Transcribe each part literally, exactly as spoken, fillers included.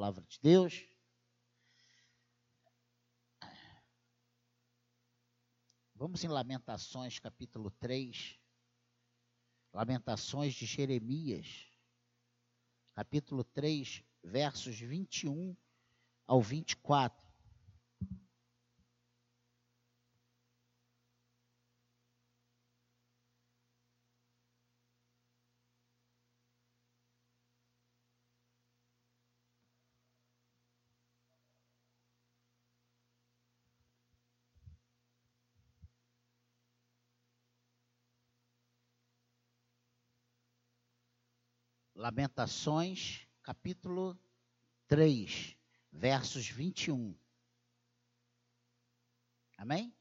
palavra de Deus. Vamos em Lamentações, capítulo três. Lamentações de Jeremias, capítulo três, versos vinte e um ao vinte e quatro. Lamentações, capítulo três, versos vinte e um. Amém?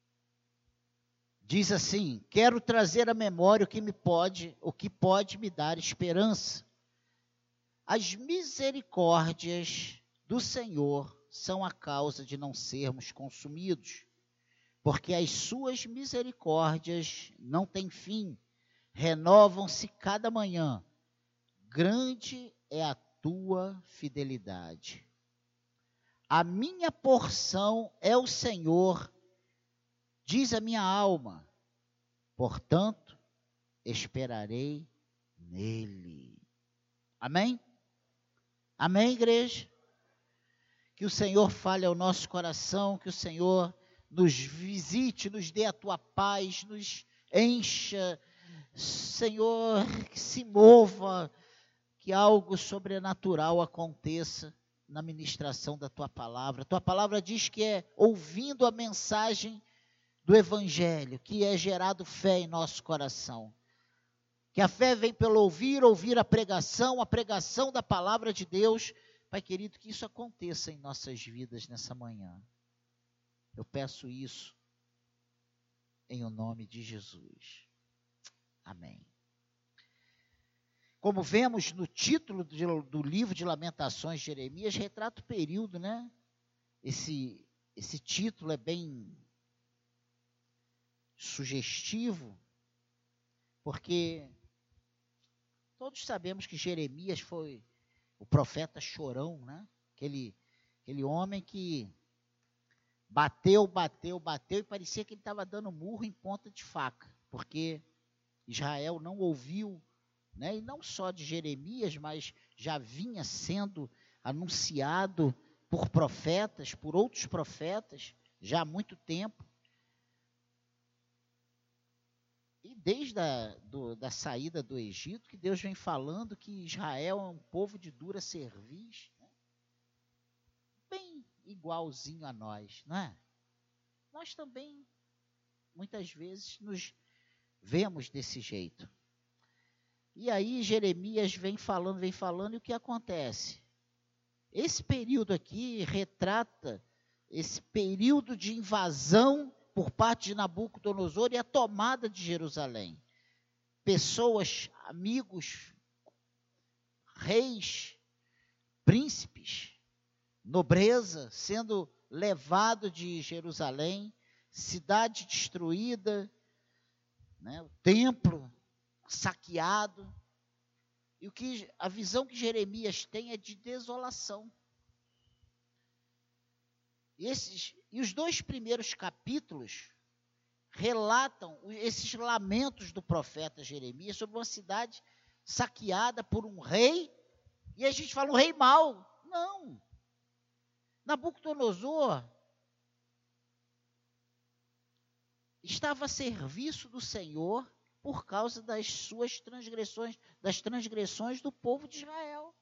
Diz assim: quero trazer à memória o que me pode, o que pode me dar esperança. As misericórdias do Senhor são a causa de não sermos consumidos, porque as suas misericórdias não têm fim, renovam-se cada manhã. Grande é a tua fidelidade. A minha porção é o Senhor, diz a minha alma, portanto, esperarei nele. Amém? Amém, igreja? Que o Senhor fale ao nosso coração, que o Senhor nos visite, nos dê a tua paz, nos encha, Senhor, que se mova, que algo sobrenatural aconteça na ministração da tua palavra. Tua palavra diz que é ouvindo a mensagem do Evangelho, que é gerado fé em nosso coração. Que a fé vem pelo ouvir, ouvir a pregação, a pregação da palavra de Deus. Pai querido, que isso aconteça em nossas vidas nessa manhã. Eu peço isso em o nome de Jesus. Amém. Como vemos no título do, do livro de Lamentações de Jeremias, retrata o período, né? Esse, esse título é bem sugestivo, porque todos sabemos que Jeremias foi o profeta chorão, né? Aquele, aquele homem que bateu, bateu, bateu e parecia que ele estava dando murro em ponta de faca, porque Israel não ouviu, né? E não só de Jeremias, mas já vinha sendo anunciado por profetas, por outros profetas, já há muito tempo. E desde a do, da saída do Egito, que Deus vem falando que Israel é um povo de dura cerviz, né? Bem igualzinho a nós, não é? Nós também, muitas vezes, nos vemos desse jeito. E aí Jeremias vem falando, vem falando, e o que acontece? Esse período aqui retrata esse período de invasão por parte de Nabucodonosor e a tomada de Jerusalém. Pessoas, amigos, reis, príncipes, nobreza, sendo levado de Jerusalém, cidade destruída, né, o templo saqueado, e o que, a visão que Jeremias tem é de desolação. E, esses, e os dois primeiros capítulos relatam esses lamentos do profeta Jeremias sobre uma cidade saqueada por um rei, e a gente fala um rei mau. Não. Nabucodonosor estava a serviço do Senhor por causa das suas transgressões, das transgressões do povo de Israel.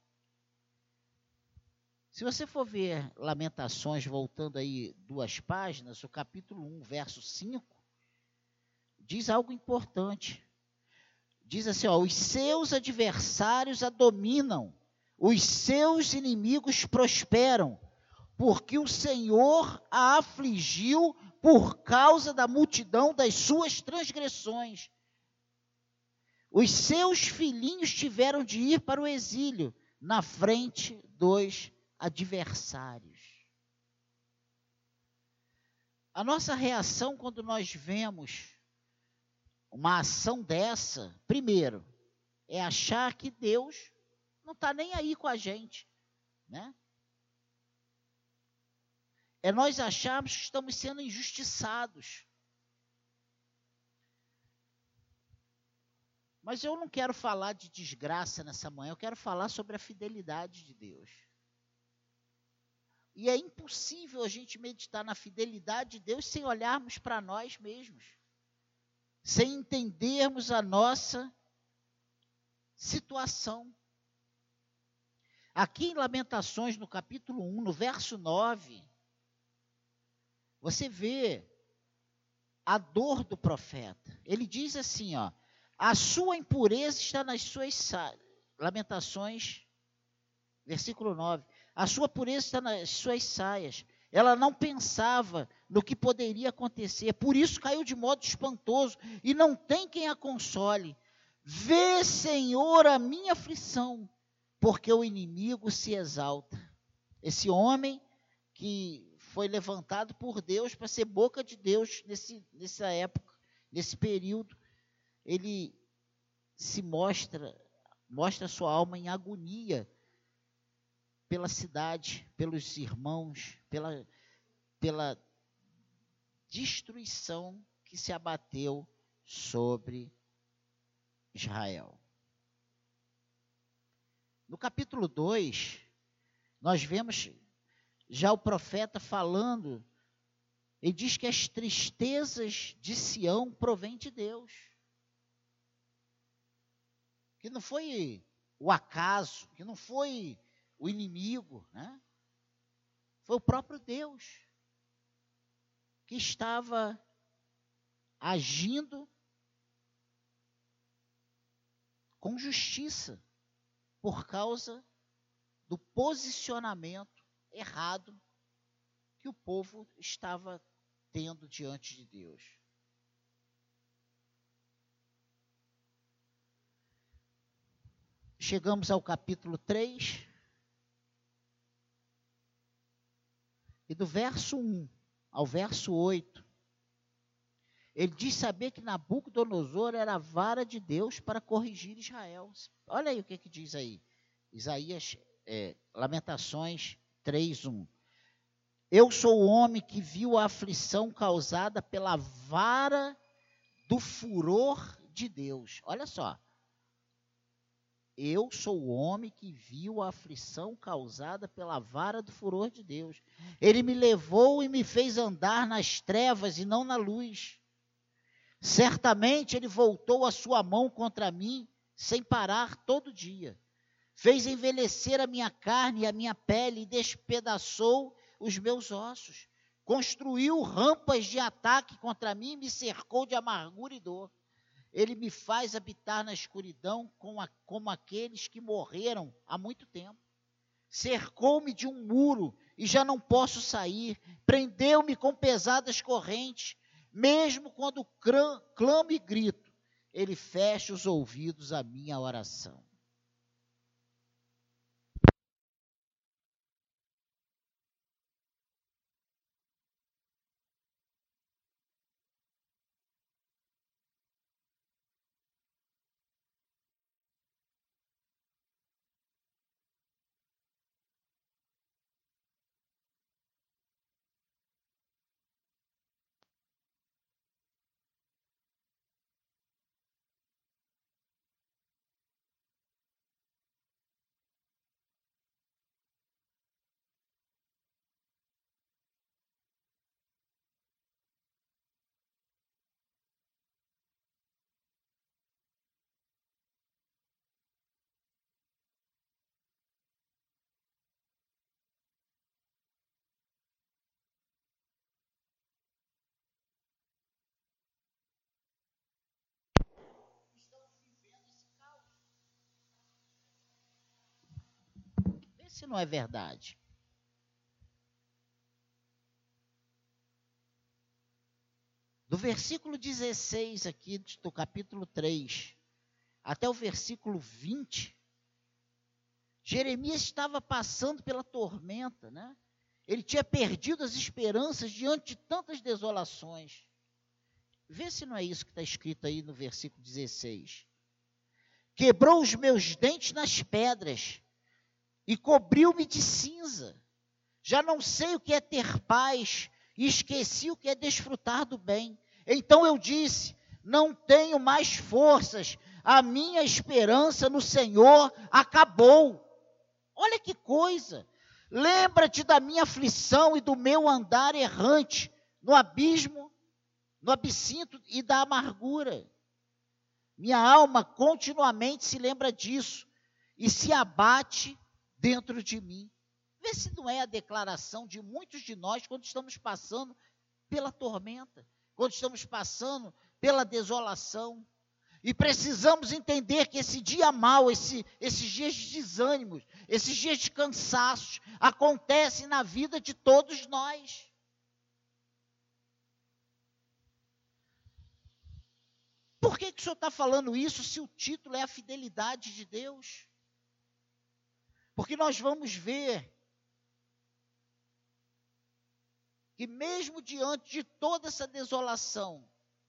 Se você for ver Lamentações, voltando aí duas páginas, o capítulo um, verso cinco, diz algo importante. Diz assim, ó, os seus adversários a dominam, os seus inimigos prosperam, porque o Senhor a afligiu por causa da multidão das suas transgressões. Os seus filhinhos tiveram de ir para o exílio, na frente dos adversários. A nossa reação quando nós vemos uma ação dessa, primeiro, é achar que Deus não está nem aí com a gente, né? é nós acharmos que estamos sendo injustiçados. Mas eu não quero falar de desgraça nessa manhã, eu quero falar sobre a fidelidade de Deus. E é impossível a gente meditar na fidelidade de Deus sem olharmos para nós mesmos, sem entendermos a nossa situação. Aqui em Lamentações, no capítulo um, no verso nove, você vê a dor do profeta. Ele diz assim, ó, a sua impureza está nas suas saias. Lamentações, versículo nove. A sua pureza está nas suas saias. Ela não pensava no que poderia acontecer. Por isso caiu de modo espantoso e não tem quem a console. Vê, Senhor, a minha aflição, porque o inimigo se exalta. Esse homem que foi levantado por Deus para ser boca de Deus nesse, nessa época, nesse período, ele se mostra, mostra sua alma em agonia pela cidade, pelos irmãos, pela, pela destruição que se abateu sobre Israel. No capítulo dois, nós vemos já o profeta falando, ele diz que as tristezas de Sião provêm de Deus. Que não foi o acaso, que não foi o inimigo, né? Foi o próprio Deus que estava agindo com justiça por causa do posicionamento errado que o povo estava tendo diante de Deus. Chegamos ao capítulo três, e do verso um ao verso oito, ele diz saber que Nabucodonosor era a vara de Deus para corrigir Israel. Olha aí o que, que diz aí, Isaías, é, Lamentações três, um. Eu sou o homem que viu a aflição causada pela vara do furor de Deus. Olha só. Eu sou o homem que viu a aflição causada pela vara do furor de Deus. Ele me levou e me fez andar nas trevas e não na luz. Certamente ele voltou a sua mão contra mim sem parar todo dia. Fez envelhecer a minha carne e a minha pele e despedaçou os meus ossos. Construiu rampas de ataque contra mim e me cercou de amargura e dor. Ele me faz habitar na escuridão como, a, como aqueles que morreram há muito tempo. Cercou-me de um muro e já não posso sair. Prendeu-me com pesadas correntes. Mesmo quando clamo e grito, ele fecha os ouvidos à minha oração. Vê se não é verdade. Do versículo dezesseis aqui do capítulo três até o versículo vinte, Jeremias estava passando pela tormenta, né? Ele tinha perdido as esperanças diante de tantas desolações. Vê se não é isso que está escrito aí no versículo dezesseis. Quebrou os meus dentes nas pedras e cobriu-me de cinza. Já não sei o que é ter paz e esqueci o que é desfrutar do bem. Então eu disse: não tenho mais forças, a minha esperança no Senhor acabou. Olha que coisa! Lembra-te da minha aflição e do meu andar errante no abismo, no absinto e da amargura. Minha alma continuamente se lembra disso e se abate dentro de mim. Vê se não é a declaração de muitos de nós quando estamos passando pela tormenta, quando estamos passando pela desolação. E precisamos entender que esse dia mau, esse, esses dias de desânimos, esses dias de cansaços, acontecem na vida de todos nós. Por que, que o senhor está falando isso se o título é a fidelidade de Deus? Porque nós vamos ver que mesmo diante de toda essa desolação,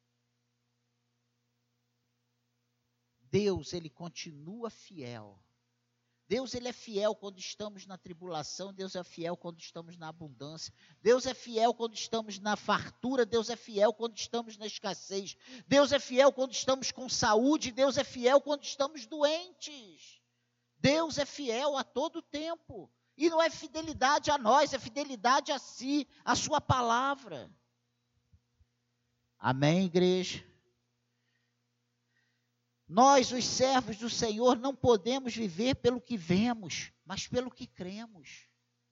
Deus, ele continua fiel. Deus, ele é fiel quando estamos na tribulação, Deus é fiel quando estamos na abundância, Deus é fiel quando estamos na fartura, Deus é fiel quando estamos na escassez, Deus é fiel quando estamos com saúde, Deus é fiel quando estamos doentes. Deus é fiel a todo tempo, e não é fidelidade a nós, é fidelidade a si, a sua palavra. Amém, igreja? Nós, os servos do Senhor, não podemos viver pelo que vemos, mas pelo que cremos.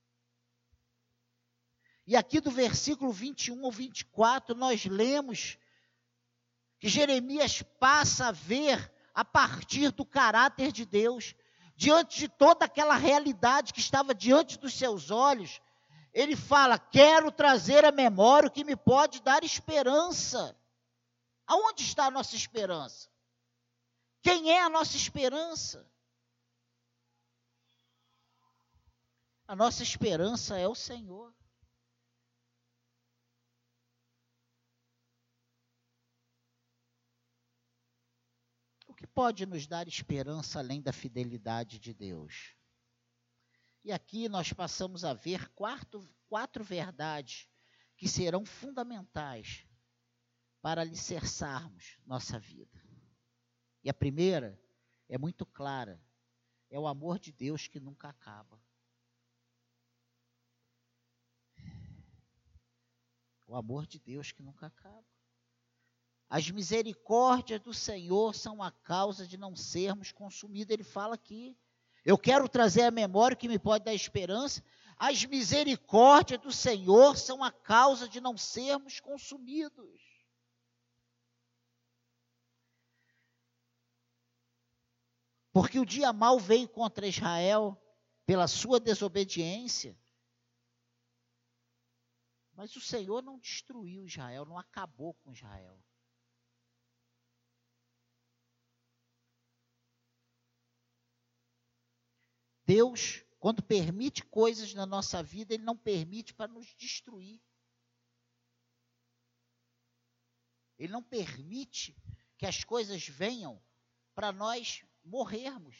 E aqui do versículo vinte e um ao vinte e quatro, nós lemos que Jeremias passa a ver a partir do caráter de Deus, diante de toda aquela realidade que estava diante dos seus olhos, ele fala: quero trazer à memória o que me pode dar esperança. Aonde está a nossa esperança? Quem é a nossa esperança? A nossa esperança é o Senhor. O que pode nos dar esperança além da fidelidade de Deus? E aqui nós passamos a ver quatro, quatro verdades que serão fundamentais para alicerçarmos nossa vida. E a primeira é muito clara, é o amor de Deus que nunca acaba. O amor de Deus que nunca acaba. As misericórdias do Senhor são a causa de não sermos consumidos. Ele fala aqui, eu quero trazer à memória o que me pode dar esperança. As misericórdias do Senhor são a causa de não sermos consumidos. Porque o dia mau veio contra Israel pela sua desobediência. Mas o Senhor não destruiu Israel, não acabou com Israel. Deus, quando permite coisas na nossa vida, Ele não permite para nos destruir. Ele não permite que as coisas venham para nós morrermos.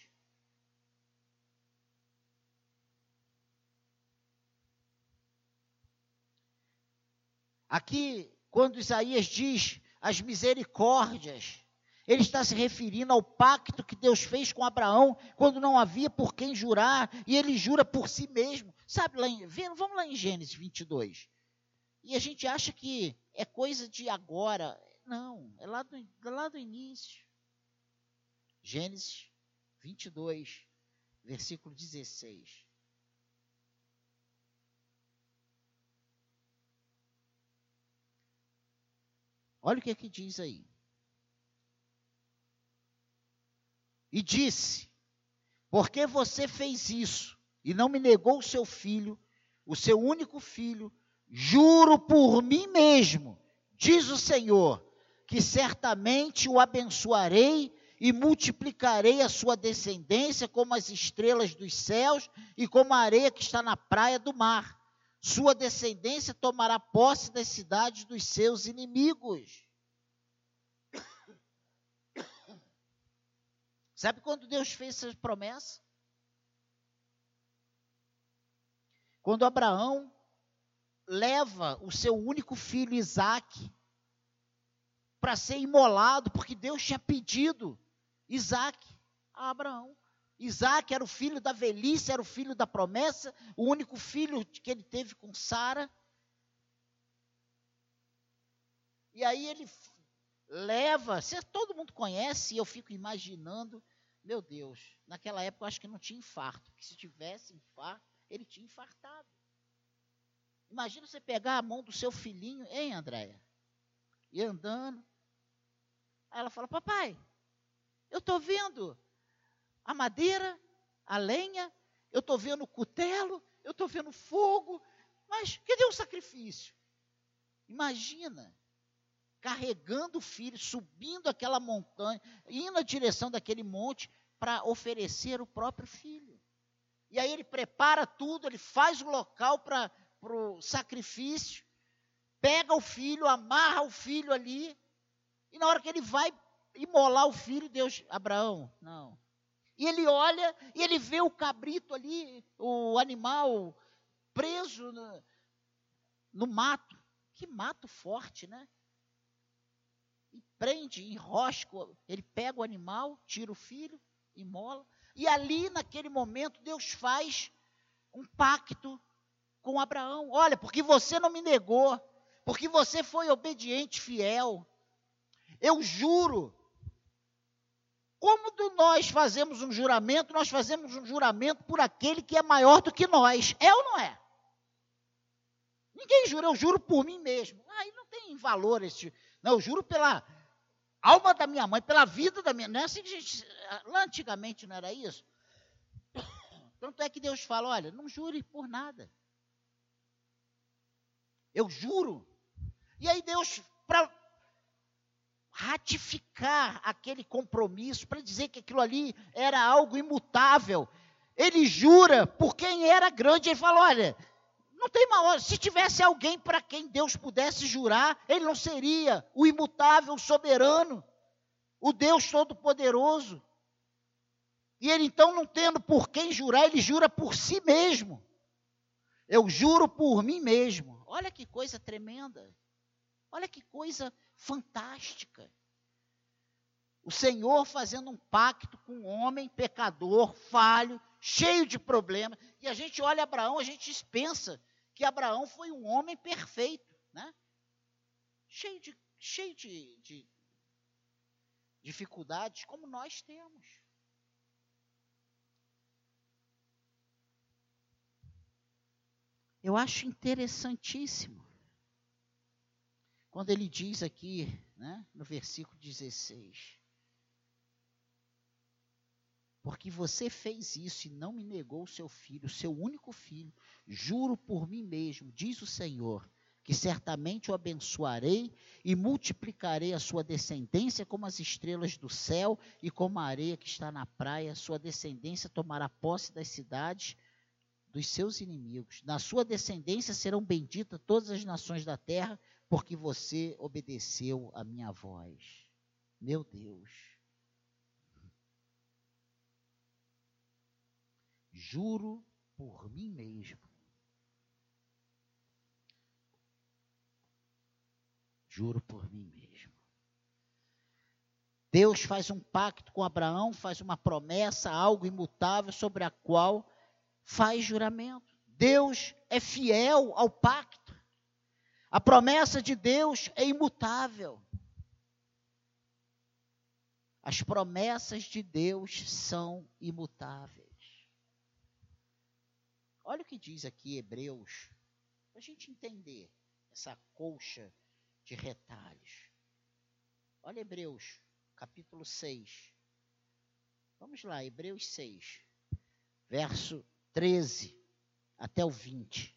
Aqui, quando Isaías diz as misericórdias, ele está se referindo ao pacto que Deus fez com Abraão, quando não havia por quem jurar, e ele jura por si mesmo. Sabe, lá em, vamos lá em Gênesis vinte e dois. E a gente acha que é coisa de agora. Não, é lá do, é lá do início. Gênesis vinte e dois, versículo dezesseis. Olha o que é que diz aí. E disse: porque você fez isso e não me negou o seu filho, o seu único filho, juro por mim mesmo, diz o Senhor, que certamente o abençoarei e multiplicarei a sua descendência como as estrelas dos céus e como a areia que está na praia do mar. Sua descendência tomará posse das cidades dos seus inimigos. Sabe quando Deus fez essa promessa? Quando Abraão leva o seu único filho, Isaque, para ser imolado, porque Deus tinha pedido Isaque a Abraão. Isaque era o filho da velhice, era o filho da promessa, o único filho que ele teve com Sara. E aí ele leva, você, todo mundo conhece, e eu fico imaginando, meu Deus, naquela época eu acho que não tinha infarto, porque se tivesse infarto, ele tinha infartado. Imagina você pegar a mão do seu filhinho, hein, Andréia? E andando. Aí ela fala, papai, eu estou vendo a madeira, a lenha, eu estou vendo o cutelo, eu estou vendo fogo, mas cadê o sacrifício? Imagina, carregando o filho, subindo aquela montanha, indo na direção daquele monte para oferecer o próprio filho. E aí ele prepara tudo, ele faz o local para o sacrifício, pega o filho, amarra o filho ali, e na hora que ele vai imolar o filho, Deus, Abraão, não. E ele olha, e ele vê o cabrito ali, o animal preso no, no mato. Que mato forte, né? E prende, enrosca, ele pega o animal, tira o filho, imola. E ali, naquele momento, Deus faz um pacto com Abraão. Olha, porque você não me negou, porque você foi obediente, fiel, eu juro. Como nós fazemos um juramento, nós fazemos um juramento por aquele que é maior do que nós. É ou não é? Ninguém jura, eu juro por mim mesmo. Aí não tem valor esse. Não, eu juro pela alma da minha mãe, pela vida da minha. Não é assim que a gente. Lá antigamente não era isso. Tanto é que Deus fala: olha, não jure por nada. Eu juro. E aí Deus, para ratificar aquele compromisso, para dizer que aquilo ali era algo imutável, ele jura por quem era grande. Ele fala: olha, não tem maior, se tivesse alguém para quem Deus pudesse jurar, ele não seria o imutável, o soberano, o Deus todo-poderoso. E ele então, não tendo por quem jurar, ele jura por si mesmo. Eu juro por mim mesmo. Olha que coisa tremenda. Olha que coisa fantástica. O Senhor fazendo um pacto com um homem pecador, falho, cheio de problemas. E a gente olha Abraão, a gente pensa que Abraão foi um homem perfeito, né? Cheio de, cheio de, de dificuldades, como nós temos. Eu acho interessantíssimo quando ele diz aqui, né, no versículo dezesseis, porque você fez isso e não me negou o seu filho, o seu único filho, juro por mim mesmo, diz o Senhor, que certamente o abençoarei e multiplicarei a sua descendência como as estrelas do céu e como a areia que está na praia. Sua descendência tomará posse das cidades dos seus inimigos. Na sua descendência serão benditas todas as nações da terra, porque você obedeceu a minha voz. Meu Deus. Juro por mim mesmo. Juro por mim mesmo. Deus faz um pacto com Abraão, faz uma promessa, algo imutável, sobre a qual faz juramento. Deus é fiel ao pacto. A promessa de Deus é imutável. As promessas de Deus são imutáveis. Olha o que diz aqui Hebreus, para a gente entender essa colcha de retalhos. Olha Hebreus, capítulo seis. Vamos lá, Hebreus seis, verso treze até o vinte.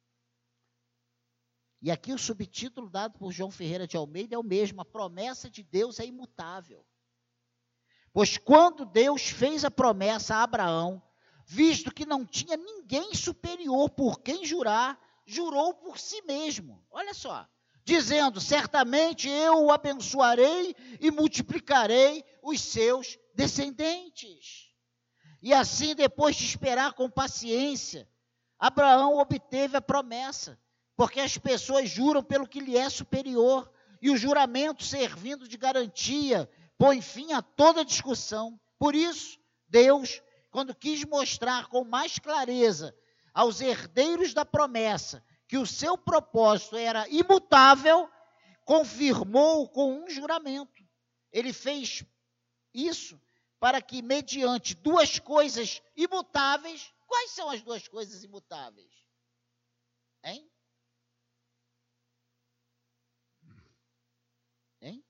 E aqui o subtítulo dado por João Ferreira de Almeida é o mesmo: a promessa de Deus é imutável. Pois quando Deus fez a promessa a Abraão, visto que não tinha ninguém superior por quem jurar, jurou por si mesmo. Olha só, dizendo: certamente eu o abençoarei e multiplicarei os seus descendentes. E assim, depois de esperar com paciência, Abraão obteve a promessa, porque as pessoas juram pelo que lhe é superior, e o juramento, servindo de garantia, põe fim a toda discussão. Por isso, Deus, quando quis mostrar com mais clareza aos herdeiros da promessa que o seu propósito era imutável, confirmou com um juramento. Ele fez isso para que, mediante duas coisas imutáveis, quais são as duas coisas imutáveis? Hein? Hein?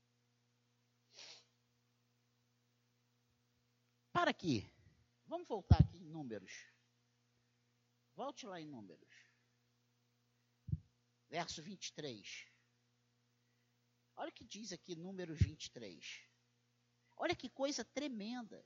Para aqui. Vamos voltar aqui em Números. Volte lá em Números. Verso vinte e três. Olha o que diz aqui Números vinte e três. Olha que coisa tremenda.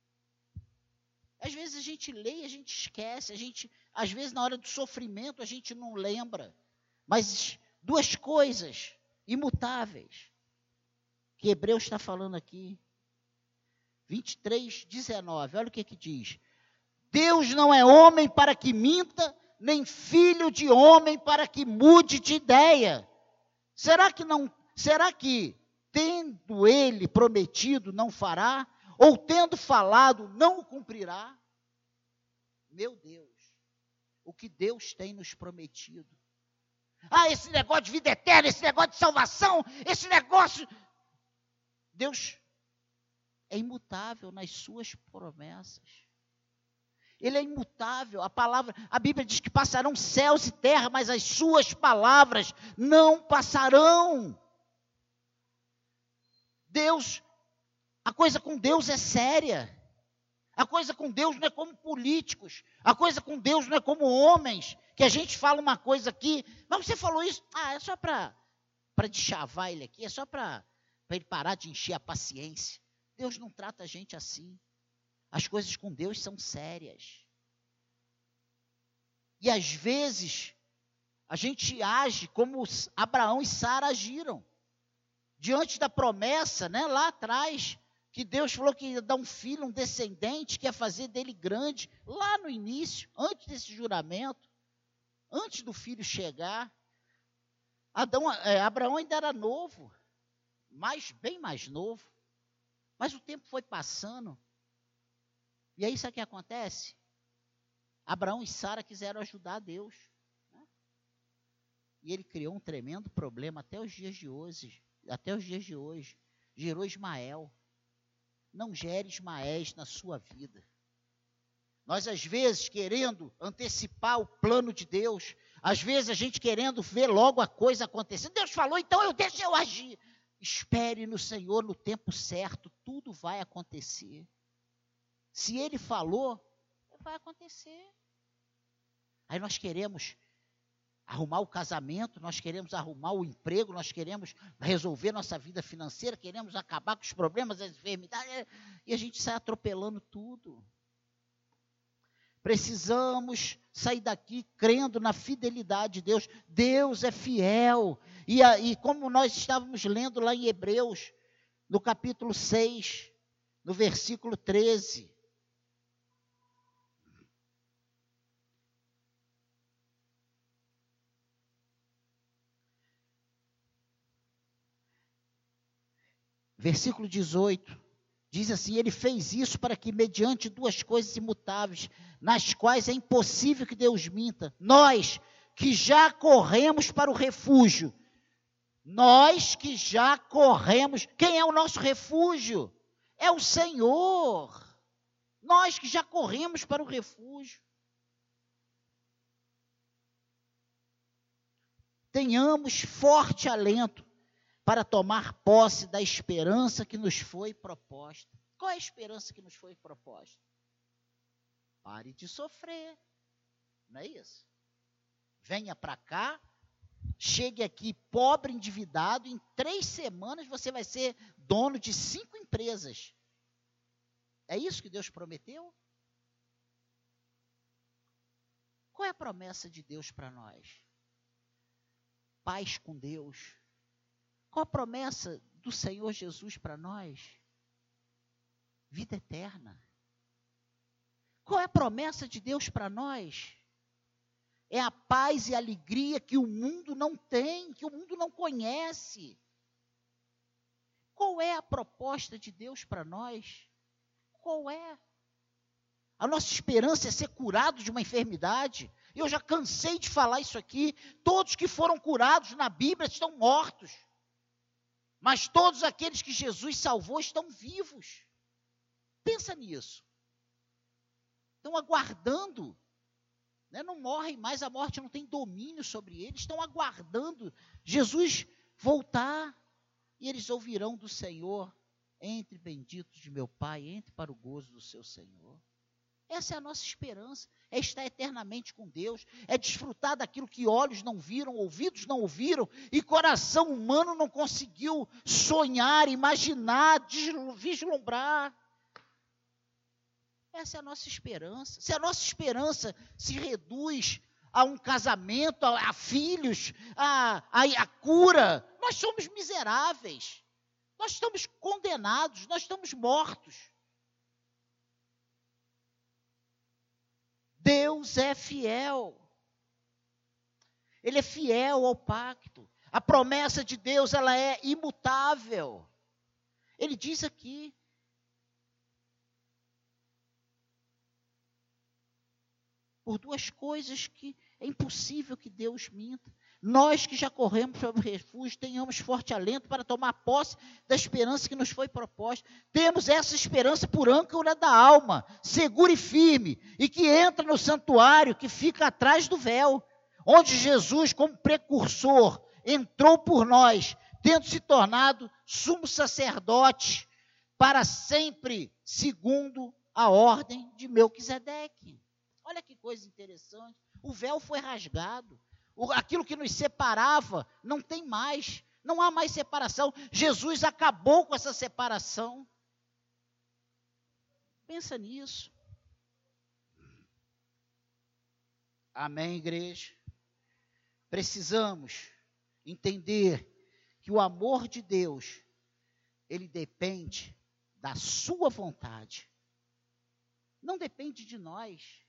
Às vezes a gente lê e a gente esquece. A gente, às vezes na hora do sofrimento a gente não lembra. Mas duas coisas imutáveis que Hebreus está falando aqui. vinte e três, dezenove. Olha o que que diz. Deus não é homem para que minta, nem filho de homem para que mude de ideia. Será que não, será que tendo ele prometido não fará, ou tendo falado não o cumprirá? Meu Deus, o que Deus tem nos prometido. Ah, esse negócio de vida eterna, esse negócio de salvação, esse negócio... Deus é imutável nas suas promessas. Ele é imutável, a palavra, a Bíblia diz que passarão céus e terra, mas as suas palavras não passarão. Deus, a coisa com Deus é séria. A coisa com Deus não é como políticos. A coisa com Deus não é como homens, que a gente fala uma coisa aqui, mas você falou isso, ah, é só para para deschavar ele aqui, é só para ele parar de encher a paciência. Deus não trata a gente assim. As coisas com Deus são sérias. E às vezes, a gente age como Abraão e Sara agiram. Diante da promessa, né, lá atrás, que Deus falou que ia dar um filho, um descendente, que ia fazer dele grande, lá no início, antes desse juramento, antes do filho chegar. Adão, é, Abraão ainda era novo, mais, bem mais novo. Mas o tempo foi passando. E aí sabe o que acontece? Abraão e Sara quiseram ajudar Deus. Né? E ele criou um tremendo problema até os dias de hoje. Até os dias de hoje. Gerou Ismael. Não gere Ismaéis na sua vida. Nós, às vezes, querendo antecipar o plano de Deus, às vezes a gente querendo ver logo a coisa acontecer. Deus falou, então eu deixo eu agir. Espere no Senhor no tempo certo, tudo vai acontecer. Se Ele falou, vai acontecer. Aí nós queremos arrumar o casamento, nós queremos arrumar o emprego, nós queremos resolver nossa vida financeira, queremos acabar com os problemas, as enfermidades, e a gente sai atropelando tudo. Precisamos sair daqui crendo na fidelidade de Deus. Deus é fiel. E, a, e como nós estávamos lendo lá em Hebreus, no capítulo seis, no versículo treze. Versículo dezoito, diz assim, ele fez isso para que mediante duas coisas imutáveis, nas quais é impossível que Deus minta, nós que já corremos para o refúgio, nós que já corremos, quem é o nosso refúgio? É o Senhor, nós que já corremos para o refúgio. Tenhamos forte alento para tomar posse da esperança que nos foi proposta. Qual é a esperança que nos foi proposta? Pare de sofrer, não é isso? Venha para cá, chegue aqui pobre, endividado, em três semanas você vai ser dono de cinco empresas. É isso que Deus prometeu? Qual é a promessa de Deus para nós? Paz com Deus. Qual a promessa do Senhor Jesus para nós? Vida eterna. Qual é a promessa de Deus para nós? É a paz e a alegria que o mundo não tem, que o mundo não conhece. Qual é a proposta de Deus para nós? Qual é? A nossa esperança é ser curado de uma enfermidade. Eu já cansei de falar isso aqui. Todos que foram curados na Bíblia estão mortos. Mas todos aqueles que Jesus salvou estão vivos. Pensa nisso. Estão aguardando. Né? Não morrem mais, a morte não tem domínio sobre eles. Estão aguardando Jesus voltar. E eles ouvirão do Senhor: entre benditos de meu Pai, entre para o gozo do seu Senhor. Essa é a nossa esperança, é estar eternamente com Deus, é desfrutar daquilo que olhos não viram, ouvidos não ouviram, e coração humano não conseguiu sonhar, imaginar, vislumbrar. Essa é a nossa esperança. Se a nossa esperança se reduz a um casamento, a, a filhos, a, a, a cura, nós somos miseráveis, nós estamos condenados, nós estamos mortos. Deus é fiel. Ele é fiel ao pacto. A promessa de Deus, ela é imutável. Ele diz aqui: por duas coisas que é impossível que Deus minta. Nós que já corremos para o refúgio, tenhamos forte alento para tomar posse da esperança que nos foi proposta. Temos essa esperança por âncora da alma, segura e firme, e que entra no santuário que fica atrás do véu, onde Jesus, como precursor, entrou por nós, tendo se tornado sumo sacerdote para sempre, segundo a ordem de Melquisedeque. Olha que coisa interessante. O véu foi rasgado. O, aquilo que nos separava não tem mais. Não há mais separação. Jesus acabou com essa separação. Pensa nisso. Amém, igreja? Precisamos entender que o amor de Deus, ele depende da sua vontade. Não depende de nós.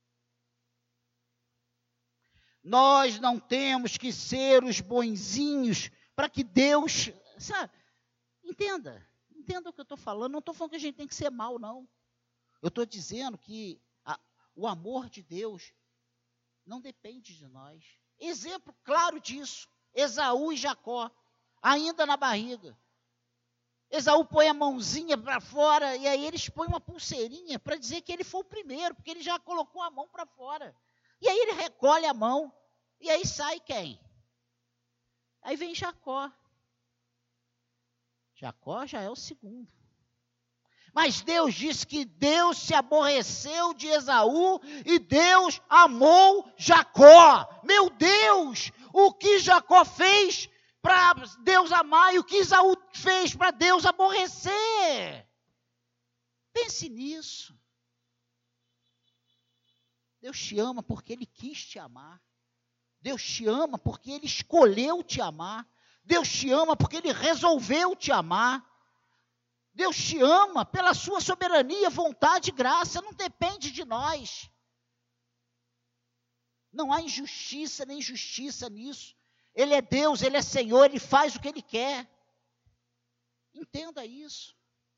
Nós não temos que ser os bonzinhos para que Deus, sabe, entenda, entenda o que eu estou falando, não estou falando que a gente tem que ser mal, não. Eu estou dizendo que a, o amor de Deus não depende de nós. Exemplo claro disso, Esaú e Jacó, ainda na barriga. Esaú põe a mãozinha para fora e aí eles põem uma pulseirinha para dizer que ele foi o primeiro, porque ele já colocou a mão para fora. E aí ele recolhe a mão, e aí sai quem? Aí vem Jacó. Jacó já é o segundo. Mas Deus disse que Deus se aborreceu de Esaú e Deus amou Jacó. Meu Deus, o que Jacó fez para Deus amar e o que Esaú fez para Deus aborrecer? Pense nisso. Deus te ama porque Ele quis te amar. Deus te ama porque Ele escolheu te amar. Deus te ama porque Ele resolveu te amar. Deus te ama pela sua soberania, vontade e graça. Não depende de nós. Não há injustiça nem justiça nisso. Ele é Deus, Ele é Senhor, Ele faz o que Ele quer. Entenda isso.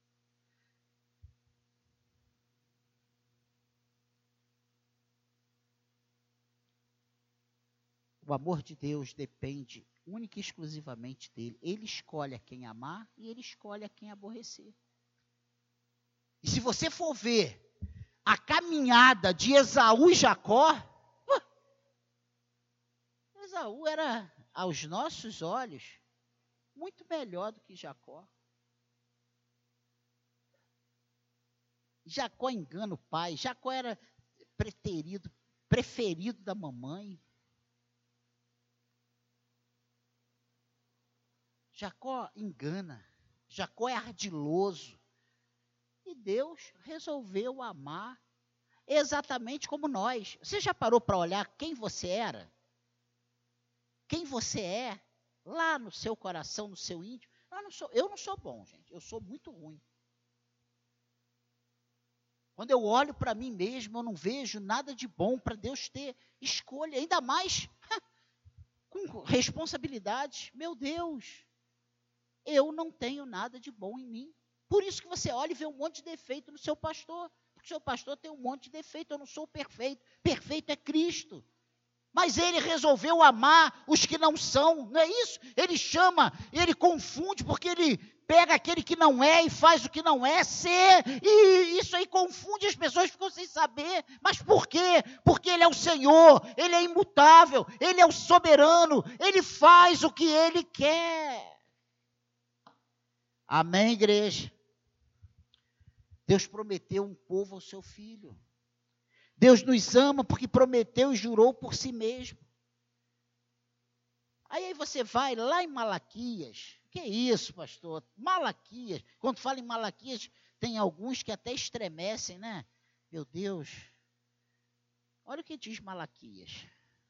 O amor de Deus depende única e exclusivamente dele. Ele escolhe a quem amar e ele escolhe a quem aborrecer. E se você for ver a caminhada de Esaú e Jacó, Esaú era, aos nossos olhos, muito melhor do que Jacó. Jacó engana o pai, Jacó era preterido, preferido da mamãe. Jacó engana, Jacó é ardiloso. E Deus resolveu amar exatamente como nós. Você já parou para olhar quem você era? Quem você é? Lá no seu coração, no seu íntimo. Eu não sou, eu não sou bom, gente. Eu sou muito ruim. Quando eu olho para mim mesmo, eu não vejo nada de bom para Deus ter escolha, ainda mais com responsabilidade. Meu Deus, eu não tenho nada de bom em mim. Por isso que você olha e vê um monte de defeito no seu pastor. Porque o seu pastor tem um monte de defeito, eu não sou perfeito. Perfeito é Cristo. Mas ele resolveu amar os que não são, não é isso? Ele chama, ele confunde, porque ele pega aquele que não é e faz o que não é ser, e isso aí confunde, as pessoas ficam sem saber. Mas por quê? Porque ele é o Senhor, ele é imutável, ele é o soberano, ele faz o que ele quer. Amém, igreja? Deus prometeu um povo ao seu filho. Deus nos ama porque prometeu e jurou por si mesmo. Aí, aí você vai lá em Malaquias. Que isso, pastor? Malaquias. Quando fala em Malaquias, tem alguns que até estremecem, né? Meu Deus. Olha o que diz Malaquias.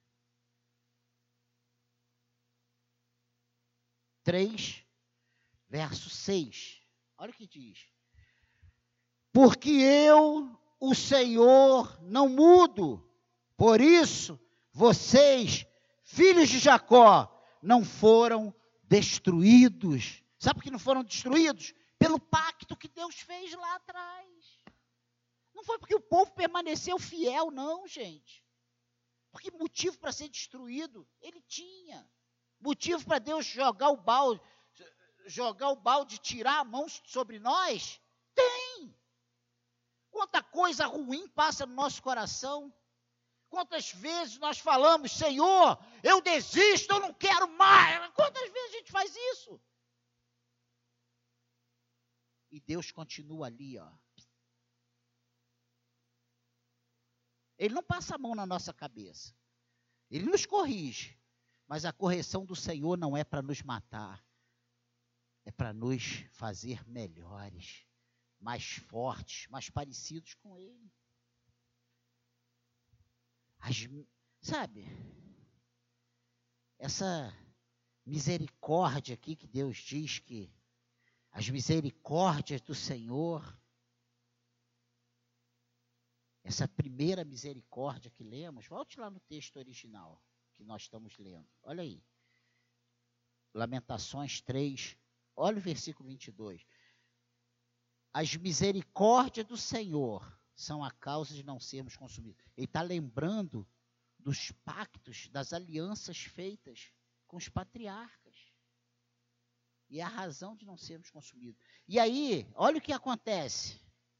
três, verso seis. Olha o que diz. Porque eu, o Senhor, não mudo. Por isso, vocês, filhos de Jacó, não foram destruídos. Sabe por que não foram destruídos? Pelo pacto que Deus fez lá atrás. Não foi porque o povo permaneceu fiel, não, gente. Porque motivo para ser destruído, ele tinha. Motivo para Deus jogar o balde, jogar o balde, tirar a mão sobre nós, tem. Quanta coisa ruim passa no nosso coração. Quantas vezes nós falamos, Senhor, eu desisto, eu não quero mais. Quantas vezes a gente faz isso? E Deus continua ali, ó. Ele não passa a mão na nossa cabeça. Ele nos corrige. Mas a correção do Senhor não é para nos matar. É para nos fazer melhores, mais fortes, mais parecidos com Ele. As, sabe, essa misericórdia aqui que Deus diz que as misericórdias do Senhor, essa primeira misericórdia que lemos, volte lá no texto original que nós estamos lendo, olha aí, Lamentações três, olha o versículo vinte e dois. As misericórdias do Senhor são a causa de não sermos consumidos. Ele está lembrando dos pactos, das alianças feitas com os patriarcas. E é a razão de não sermos consumidos. E aí, olha o que acontece.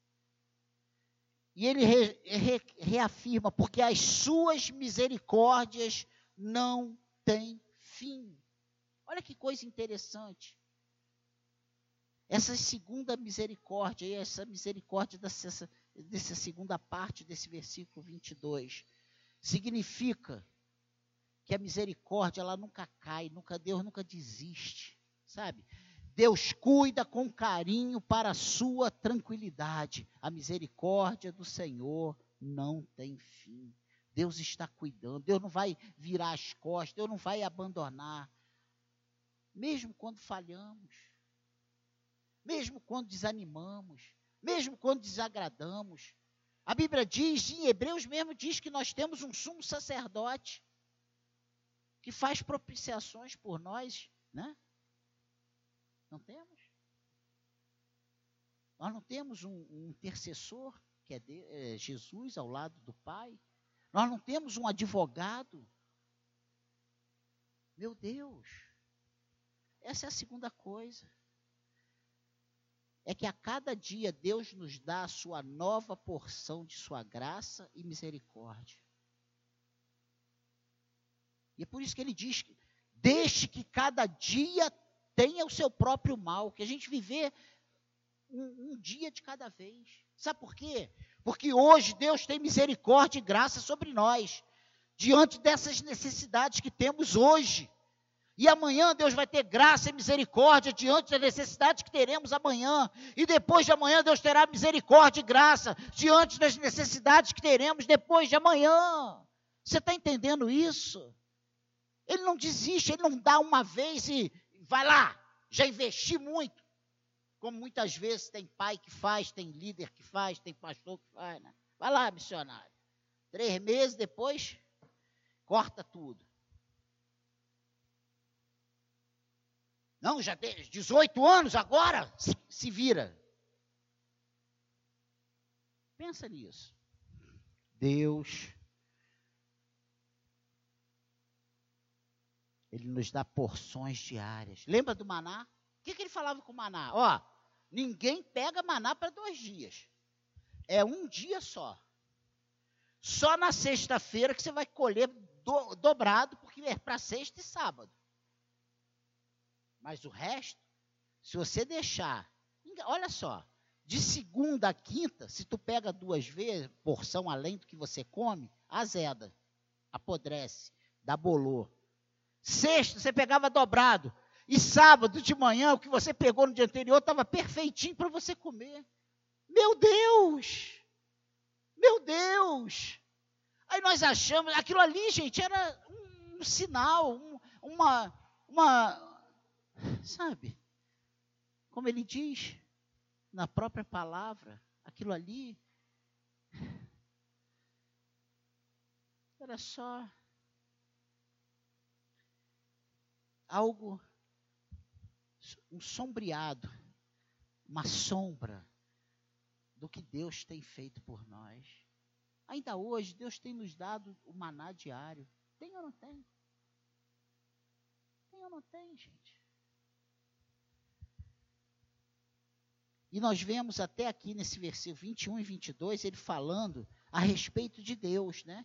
E ele re, re, reafirma, porque as suas misericórdias não têm fim. Olha que coisa interessante. Essa segunda misericórdia, essa misericórdia dessa, dessa segunda parte desse versículo vinte e dois, significa que a misericórdia, ela nunca cai, nunca, Deus nunca desiste, sabe? Deus cuida com carinho para a sua tranquilidade. A misericórdia do Senhor não tem fim. Deus está cuidando, Deus não vai virar as costas, Deus não vai abandonar. Mesmo quando falhamos, mesmo quando desanimamos, mesmo quando desagradamos. A Bíblia diz, em Hebreus mesmo diz que nós temos um sumo sacerdote que faz propiciações por nós, né? Não temos? Nós não temos um, um intercessor, que é, de, é Jesus ao lado do Pai? Nós não temos um advogado? Meu Deus! Essa é a segunda coisa. É que a cada dia Deus nos dá a sua nova porção de sua graça e misericórdia. E é por isso que ele diz, que deixe que cada dia tenha o seu próprio mal, que a gente viver um, um dia de cada vez. Sabe por quê? Porque hoje Deus tem misericórdia e graça sobre nós, diante dessas necessidades que temos hoje. E amanhã Deus vai ter graça e misericórdia diante das necessidades que teremos amanhã. E depois de amanhã Deus terá misericórdia e graça diante das necessidades que teremos depois de amanhã. Você está entendendo isso? Ele não desiste, ele não dá uma vez e vai lá, já investi muito. como muitas vezes tem pai que faz, tem líder que faz, tem pastor que faz, né? Vai lá, missionário. Três meses depois, corta tudo. Não, já tem dezoito anos agora, se, se vira. Pensa nisso. Deus, Ele nos dá porções diárias. Lembra do maná? O que, que ele falava com o maná? Ó, ninguém pega maná para dois dias. É um dia só. Só na sexta-feira que você vai colher do, dobrado, porque é para sexta e sábado. Mas o resto, se você deixar, olha só, de segunda a quinta, se tu pega duas vezes, porção além do que você come, azeda, apodrece, dá bolor. Sexta, você pegava dobrado. E sábado de manhã, o que você pegou no dia anterior estava perfeitinho para você comer. Meu Deus! Meu Deus! Aí nós achamos, aquilo ali, gente, era um, um sinal, um, uma, uma, sabe? Como ele diz na própria palavra, aquilo ali era só algo, um sombreado, uma sombra do que Deus tem feito por nós. Ainda hoje, Deus tem nos dado o maná diário. Tem ou não tem? Tem ou não tem, gente? E nós vemos até aqui nesse versículo vinte e um e vinte e dois, ele falando a respeito de Deus, né?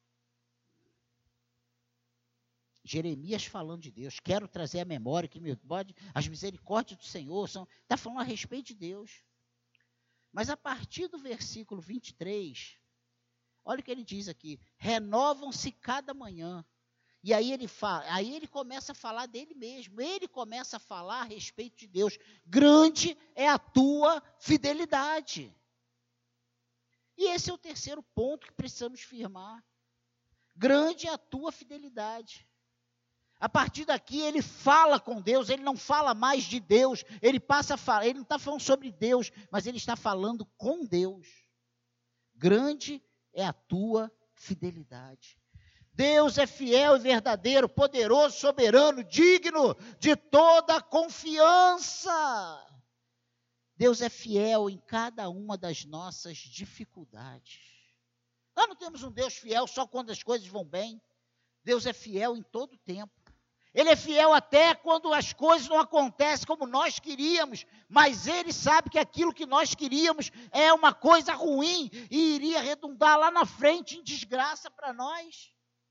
Jeremias falando de Deus, quero trazer a memória, que me pode, as misericórdias do Senhor, são, está falando a respeito de Deus. Mas a partir do versículo vinte e três, olha o que ele diz aqui, renovam-se cada manhã. E aí ele fala, aí ele começa a falar dele mesmo, ele começa a falar a respeito de Deus. Grande é a tua fidelidade. E esse é o terceiro ponto que precisamos firmar. Grande é a tua fidelidade. A partir daqui ele fala com Deus, ele não fala mais de Deus, ele passa a falar, ele não está falando sobre Deus, mas ele está falando com Deus. Grande é a tua fidelidade. Deus é fiel e verdadeiro, poderoso, soberano, digno de toda confiança. Deus é fiel em cada uma das nossas dificuldades. Nós não temos um Deus fiel só quando as coisas vão bem. Deus é fiel em todo o tempo. Ele é fiel até quando as coisas não acontecem como nós queríamos, mas Ele sabe que aquilo que nós queríamos é uma coisa ruim e iria redundar lá na frente em desgraça para nós.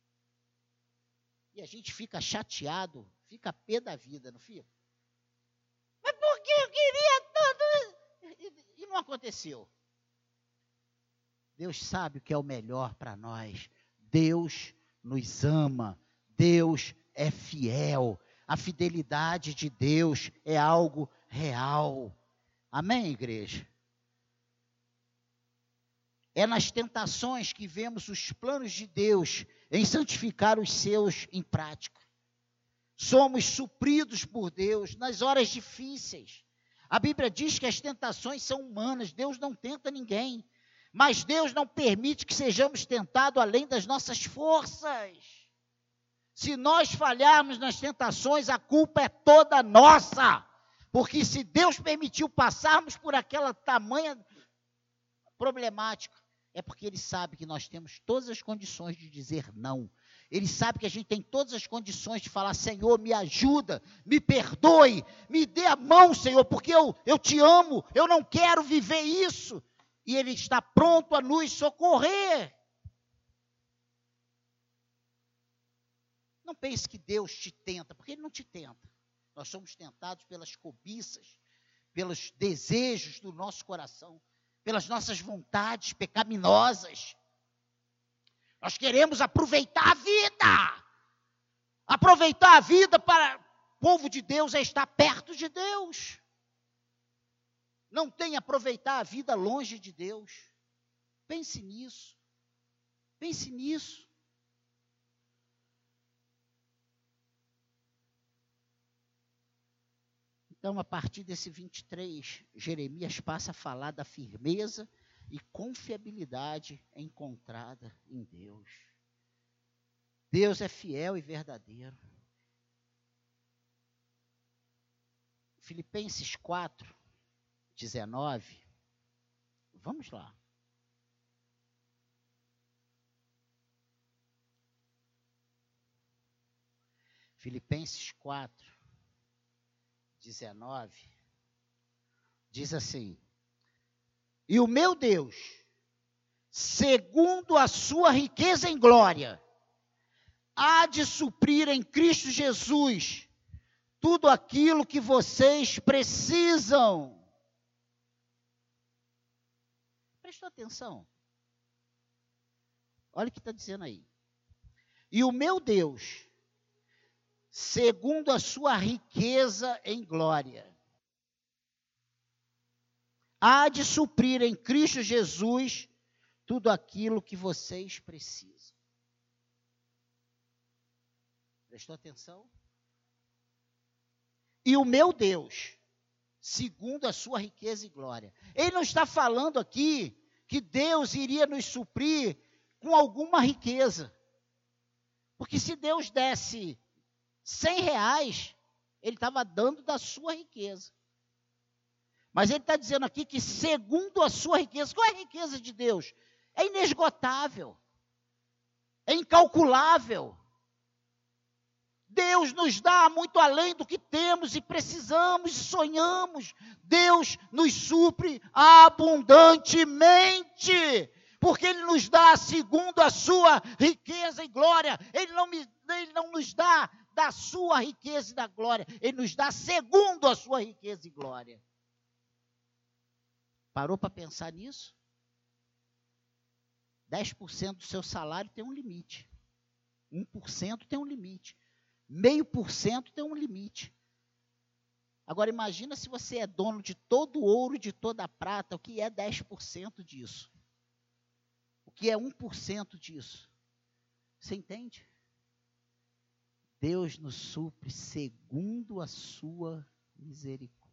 E a gente fica chateado, fica pé da vida, não fica? Mas por que eu queria tanto? E, e não aconteceu. Deus sabe o que é o melhor para nós. Deus nos ama. Deus é fiel. A fidelidade de Deus é algo real. Amém, igreja? É nas tentações que vemos os planos de Deus em santificar os seus em prática. Somos supridos por Deus nas horas difíceis. A Bíblia diz que as tentações são humanas, Deus não tenta ninguém. Mas Deus não permite que sejamos tentados além das nossas forças. Se nós falharmos nas tentações, a culpa é toda nossa. Porque se Deus permitiu passarmos por aquela tamanha problemática, é porque Ele sabe que nós temos todas as condições de dizer não. Ele sabe que a gente tem todas as condições de falar, Senhor, me ajuda, me perdoe, me dê a mão, Senhor, porque eu, eu te amo, eu não quero viver isso. E Ele está pronto a nos socorrer. Não pense que Deus te tenta, porque Ele não te tenta. Nós somos tentados pelas cobiças, pelos desejos do nosso coração, pelas nossas vontades pecaminosas. Nós queremos aproveitar a vida. Aproveitar a vida para o povo de Deus é estar perto de Deus. Não tem aproveitar a vida longe de Deus. Pense nisso. Pense nisso. Então, a partir desse vinte e três, Jeremias passa a falar da firmeza e confiabilidade encontrada em Deus. Deus é fiel e verdadeiro. Filipenses quatro, dezenove. Vamos lá. Filipenses quatro, dezenove, diz assim: e o meu Deus, segundo a sua riqueza em glória, há de suprir em Cristo Jesus tudo aquilo que vocês precisam. Prestou atenção? Olha o que está dizendo aí. E o meu Deus, segundo a sua riqueza em glória, há de suprir em Cristo Jesus tudo aquilo que vocês precisam. Prestou atenção? E o meu Deus, segundo a sua riqueza e glória. Ele não está falando aqui que Deus iria nos suprir com alguma riqueza. Porque se Deus desse cem reais, ele estava dando da sua riqueza. Mas ele está dizendo aqui que segundo a sua riqueza, qual é a riqueza de Deus? É inesgotável, é incalculável. Deus nos dá muito além do que temos e precisamos e sonhamos. Deus nos supre abundantemente, porque Ele nos dá segundo a sua riqueza e glória. Ele não, me, ele não nos dá da sua riqueza e da glória, Ele nos dá segundo a sua riqueza e glória. Parou para pensar nisso? dez por cento do seu salário tem um limite. um por cento tem um limite. Meio por cento tem um limite. Agora imagina se você é dono de todo o ouro e de toda a prata, o que é dez por cento disso? O que é um por cento disso? Você entende? Deus nos supre segundo a sua misericórdia.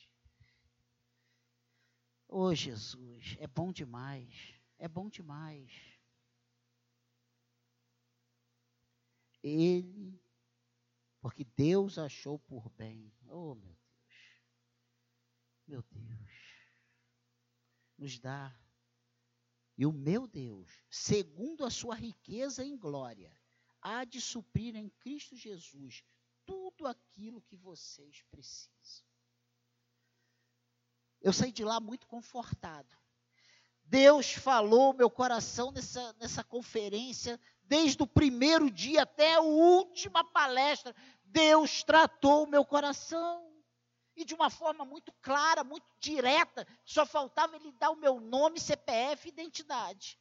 Oh, Jesus, é bom demais, é bom demais. Ele, porque Deus achou por bem, oh meu Deus, meu Deus, nos dá, e o meu Deus, segundo a sua riqueza em glória, há de suprir em Cristo Jesus tudo aquilo que vocês precisam. Eu saí de lá muito confortado. Deus falou meu coração nessa, nessa conferência, desde o primeiro dia até a última palestra. Deus tratou o meu coração. E de uma forma muito clara, muito direta. Só faltava Ele dar o meu nome, C P F e identidade.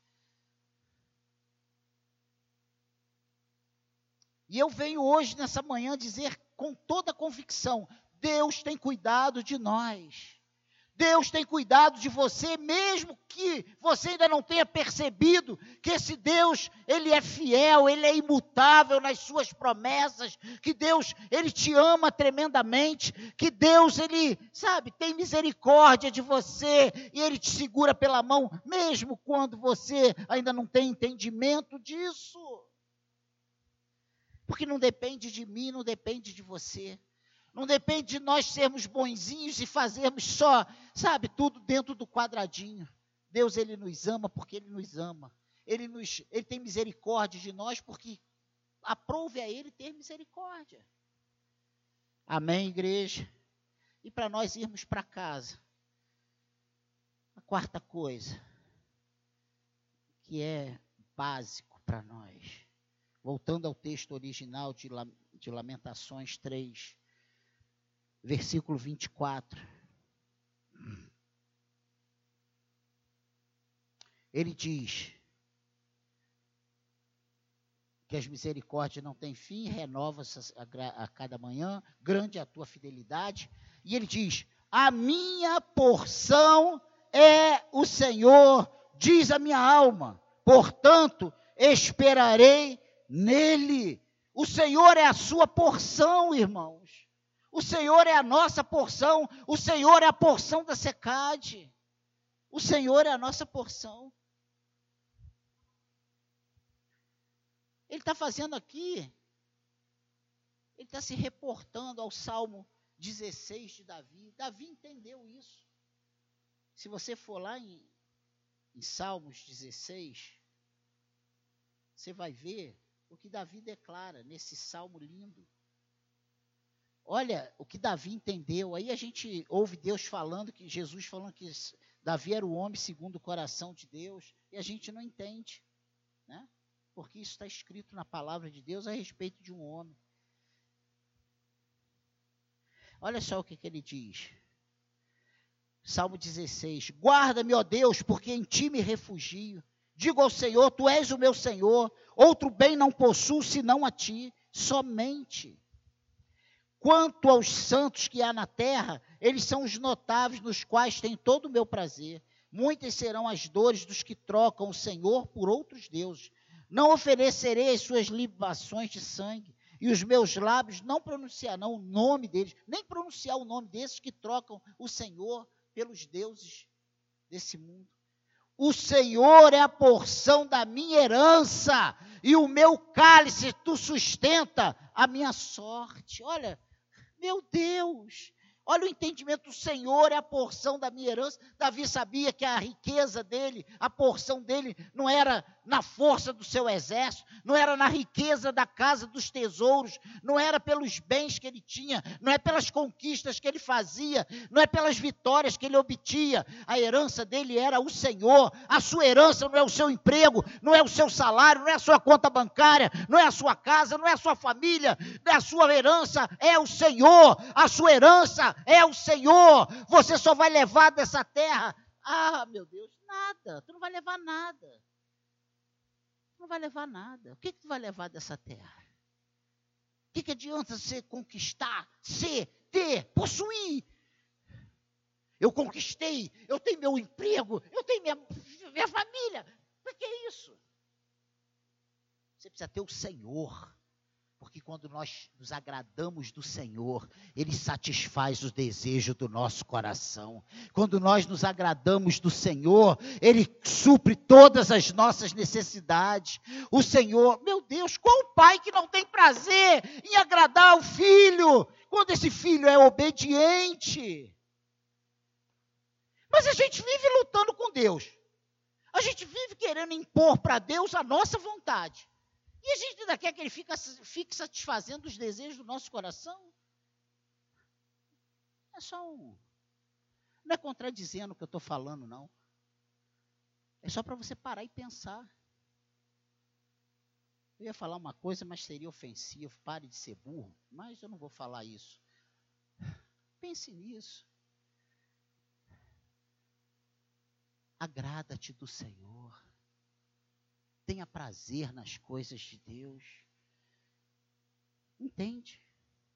E eu venho hoje, nessa manhã, dizer com toda a convicção, Deus tem cuidado de nós. Deus tem cuidado de você, mesmo que você ainda não tenha percebido que esse Deus, Ele é fiel, Ele é imutável nas suas promessas, que Deus, Ele te ama tremendamente, que Deus, Ele, sabe, tem misericórdia de você e Ele te segura pela mão, mesmo quando você ainda não tem entendimento disso. Porque não depende de mim, não depende de você. Não depende de nós sermos bonzinhos e fazermos só, sabe, tudo dentro do quadradinho. Deus, Ele nos ama porque Ele nos ama. Ele, nos, ele tem misericórdia de nós porque aprove a Ele ter misericórdia. Amém, igreja? E para nós irmos para casa, a quarta coisa, que é básico para nós, voltando ao texto original de, de Lamentações três, versículo vinte e quatro. Ele diz que as misericórdias não têm fim, renova-se a, a cada manhã, grande é a tua fidelidade. E ele diz, a minha porção é o Senhor, diz a minha alma, portanto, esperarei nele. O Senhor é a sua porção, irmãos. O Senhor é a nossa porção, o Senhor é a porção da secade. O Senhor é a nossa porção. Ele está fazendo aqui, ele está se reportando ao Salmo dezesseis de Davi. Davi entendeu isso. Se você for lá em, em Salmos dezesseis, você vai ver o que Davi declara nesse salmo lindo. Olha o que Davi entendeu. Aí a gente ouve Deus falando, que Jesus falando que Davi era o homem segundo o coração de Deus, e a gente não entende, né? Porque isso está escrito na palavra de Deus a respeito de um homem. Olha só o que, que ele diz. Salmo dezesseis. Guarda-me, ó Deus, porque em ti me refugio. Digo ao Senhor, tu és o meu Senhor, outro bem não possuo senão a ti, somente. Quanto aos santos que há na terra, eles são os notáveis nos quais tem todo o meu prazer. Muitas serão as dores dos que trocam o Senhor por outros deuses. Não oferecerei as suas libações de sangue, e os meus lábios não pronunciarão o nome deles, nem pronunciar o nome desses que trocam o Senhor pelos deuses desse mundo. O Senhor é a porção da minha herança, e o meu cálice tu sustenta a minha sorte. Olha, meu Deus, olha o entendimento, o Senhor é a porção da minha herança. Davi sabia que a riqueza dele, a porção dele, não era na força do seu exército, não era na riqueza da casa dos tesouros, não era pelos bens que ele tinha, não é pelas conquistas que ele fazia, não é pelas vitórias que ele obtinha. A herança dele era o Senhor. A sua herança não é o seu emprego, não é o seu salário, não é a sua conta bancária, não é a sua casa, não é a sua família, não é a sua herança, é o Senhor. A sua herança é o Senhor. Você só vai levar dessa terra, ah, meu Deus, nada, tu não vai levar nada. Não vai levar nada. O que, que tu vai levar dessa terra? O que, que adianta você conquistar, ser, ter, possuir? Eu conquistei, eu tenho meu emprego, eu tenho minha, minha família. Para que isso? Você precisa ter o Senhor. Porque quando nós nos agradamos do Senhor, Ele satisfaz o desejo do nosso coração. Quando nós nos agradamos do Senhor, Ele supre todas as nossas necessidades. O Senhor, meu Deus, qual pai que não tem prazer em agradar o filho, quando esse filho é obediente? Mas a gente vive lutando com Deus. A gente vive querendo impor para Deus a nossa vontade. E a gente ainda quer que ele fique, fique satisfazendo os desejos do nosso coração? É só um... Não é contradizendo o que eu estou falando, não. É só para você parar e pensar. Eu ia falar uma coisa, mas seria ofensivo. Pare de ser burro. Mas eu não vou falar isso. Pense nisso. Agrada-te do Senhor. Tenha prazer nas coisas de Deus. Entende?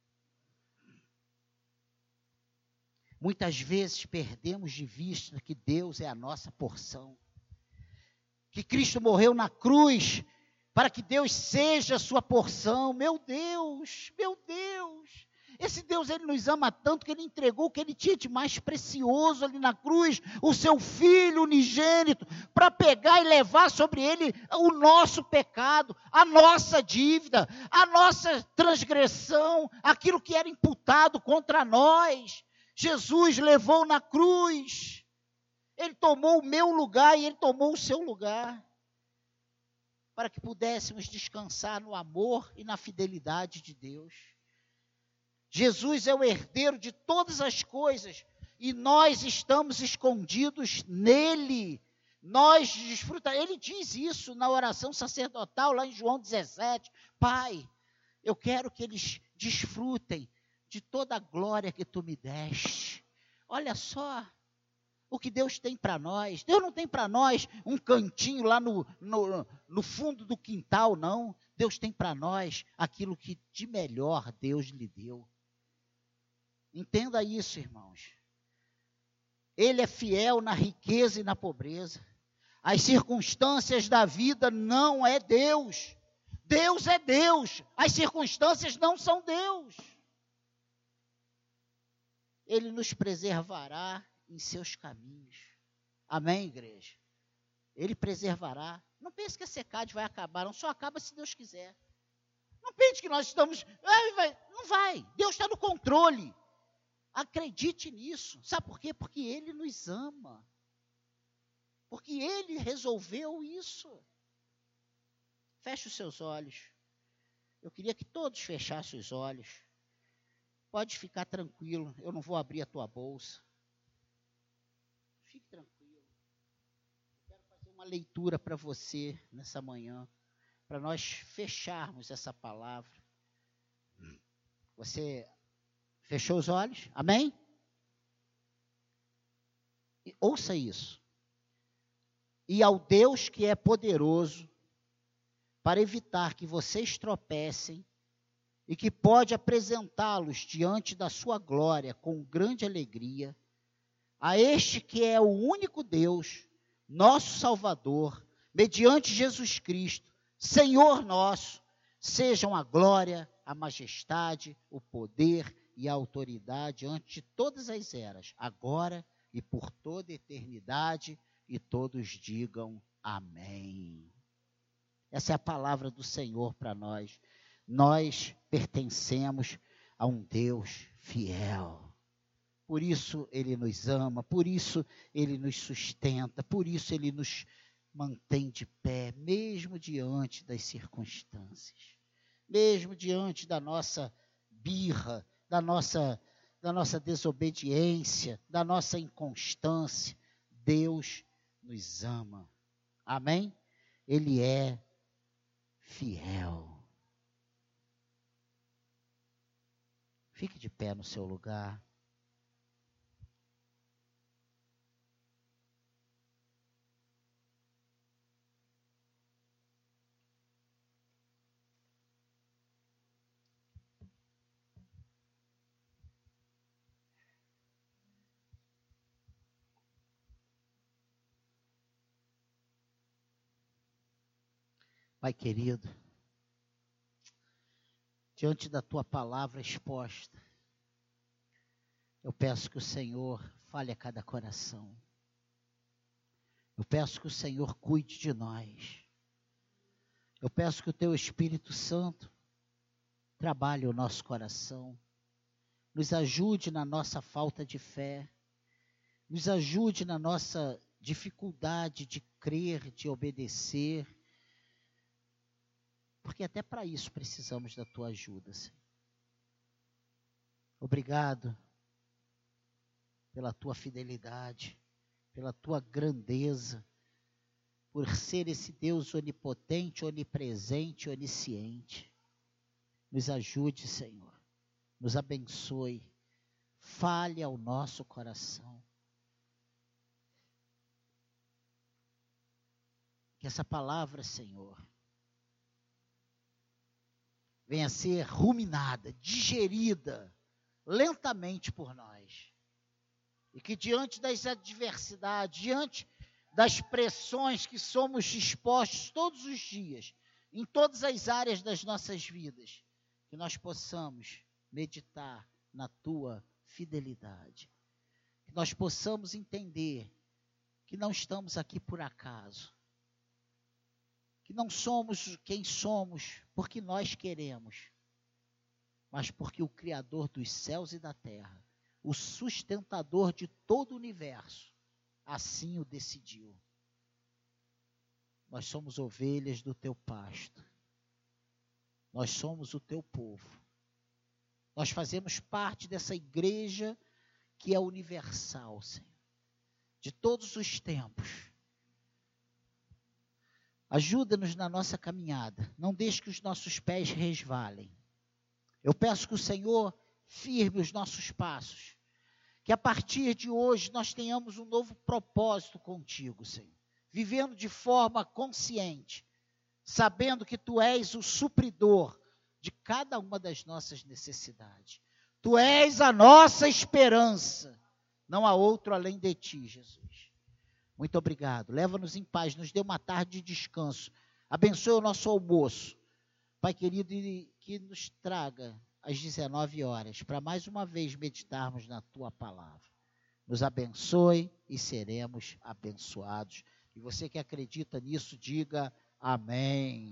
Muitas vezes perdemos de vista que Deus é a nossa porção. Que Cristo morreu na cruz para que Deus seja a sua porção. Meu Deus, meu Deus. Esse Deus, Ele nos ama tanto que Ele entregou o que Ele tinha de mais precioso ali na cruz, o seu Filho unigênito, para pegar e levar sobre Ele o nosso pecado, a nossa dívida, a nossa transgressão, aquilo que era imputado contra nós. Jesus levou na cruz. Ele tomou o meu lugar e Ele tomou o seu lugar, para que pudéssemos descansar no amor e na fidelidade de Deus. Jesus é o herdeiro de todas as coisas e nós estamos escondidos nele. Nós desfrutamos. Ele diz isso na oração sacerdotal lá em João dezessete. Pai, eu quero que eles desfrutem de toda a glória que tu me deste. Olha só o que Deus tem para nós. Deus não tem para nós um cantinho lá no, no, no fundo do quintal, não. Deus tem para nós aquilo que de melhor Deus lhe deu. Entenda isso, irmãos. Ele é fiel na riqueza e na pobreza. As circunstâncias da vida não é Deus. Deus é Deus. As circunstâncias não são Deus. Ele nos preservará em seus caminhos. Amém, igreja? Ele preservará. Não pense que a secade vai acabar, não, só acaba se Deus quiser. Não pense que nós estamos... Não vai, Deus está no controle. Acredite nisso. Sabe por quê? Porque Ele nos ama. Porque Ele resolveu isso. Feche os seus olhos. Eu queria que todos fechassem os olhos. Pode ficar tranquilo, eu não vou abrir a tua bolsa. Fique tranquilo. Eu quero fazer uma leitura para você nessa manhã, para nós fecharmos essa palavra. Você fechou os olhos? Amém? E ouça isso. E ao Deus que é poderoso para evitar que vocês tropecem e que pode apresentá-los diante da sua glória com grande alegria, a este que é o único Deus, nosso Salvador, mediante Jesus Cristo, Senhor nosso, sejam a glória, a majestade, o poder e a autoridade ante de todas as eras, agora e por toda a eternidade, e todos digam amém. Essa é a palavra do Senhor para nós. Nós pertencemos a um Deus fiel. Por isso Ele nos ama, por isso Ele nos sustenta, por isso Ele nos mantém de pé, mesmo diante das circunstâncias, mesmo diante da nossa birra, da nossa, da nossa desobediência, da nossa inconstância. Deus nos ama. Amém? Ele é fiel. Fique de pé no seu lugar. Pai querido, diante da tua palavra exposta, eu peço que o Senhor fale a cada coração. Eu peço que o Senhor cuide de nós. Eu peço que o teu Espírito Santo trabalhe o nosso coração, nos ajude na nossa falta de fé, nos ajude na nossa dificuldade de crer, de obedecer, porque até para isso precisamos da tua ajuda, Senhor. Obrigado pela tua fidelidade, pela tua grandeza, por ser esse Deus onipotente, onipresente, onisciente. Nos ajude, Senhor, nos abençoe, fale ao nosso coração. Que essa palavra, Senhor, venha a ser ruminada, digerida lentamente por nós. E que diante das adversidades, diante das pressões que somos expostos todos os dias, em todas as áreas das nossas vidas, que nós possamos meditar na tua fidelidade. Que nós possamos entender que não estamos aqui por acaso. Que não somos quem somos porque nós queremos, mas porque o Criador dos céus e da terra, o sustentador de todo o universo, assim o decidiu. Nós somos ovelhas do teu pasto. Nós somos o teu povo. Nós fazemos parte dessa igreja que é universal, Senhor, de todos os tempos. Ajuda-nos na nossa caminhada. Não deixe que os nossos pés resvalem. Eu peço que o Senhor firme os nossos passos. Que a partir de hoje nós tenhamos um novo propósito contigo, Senhor. Vivendo de forma consciente. Sabendo que Tu és o supridor de cada uma das nossas necessidades. Tu és a nossa esperança. Não há outro além de Ti, Jesus. Muito obrigado. Leva-nos em paz, nos dê uma tarde de descanso. Abençoe o nosso almoço. Pai querido, que nos traga às dezenove horas, para mais uma vez meditarmos na tua palavra. Nos abençoe e seremos abençoados. E você que acredita nisso, diga amém.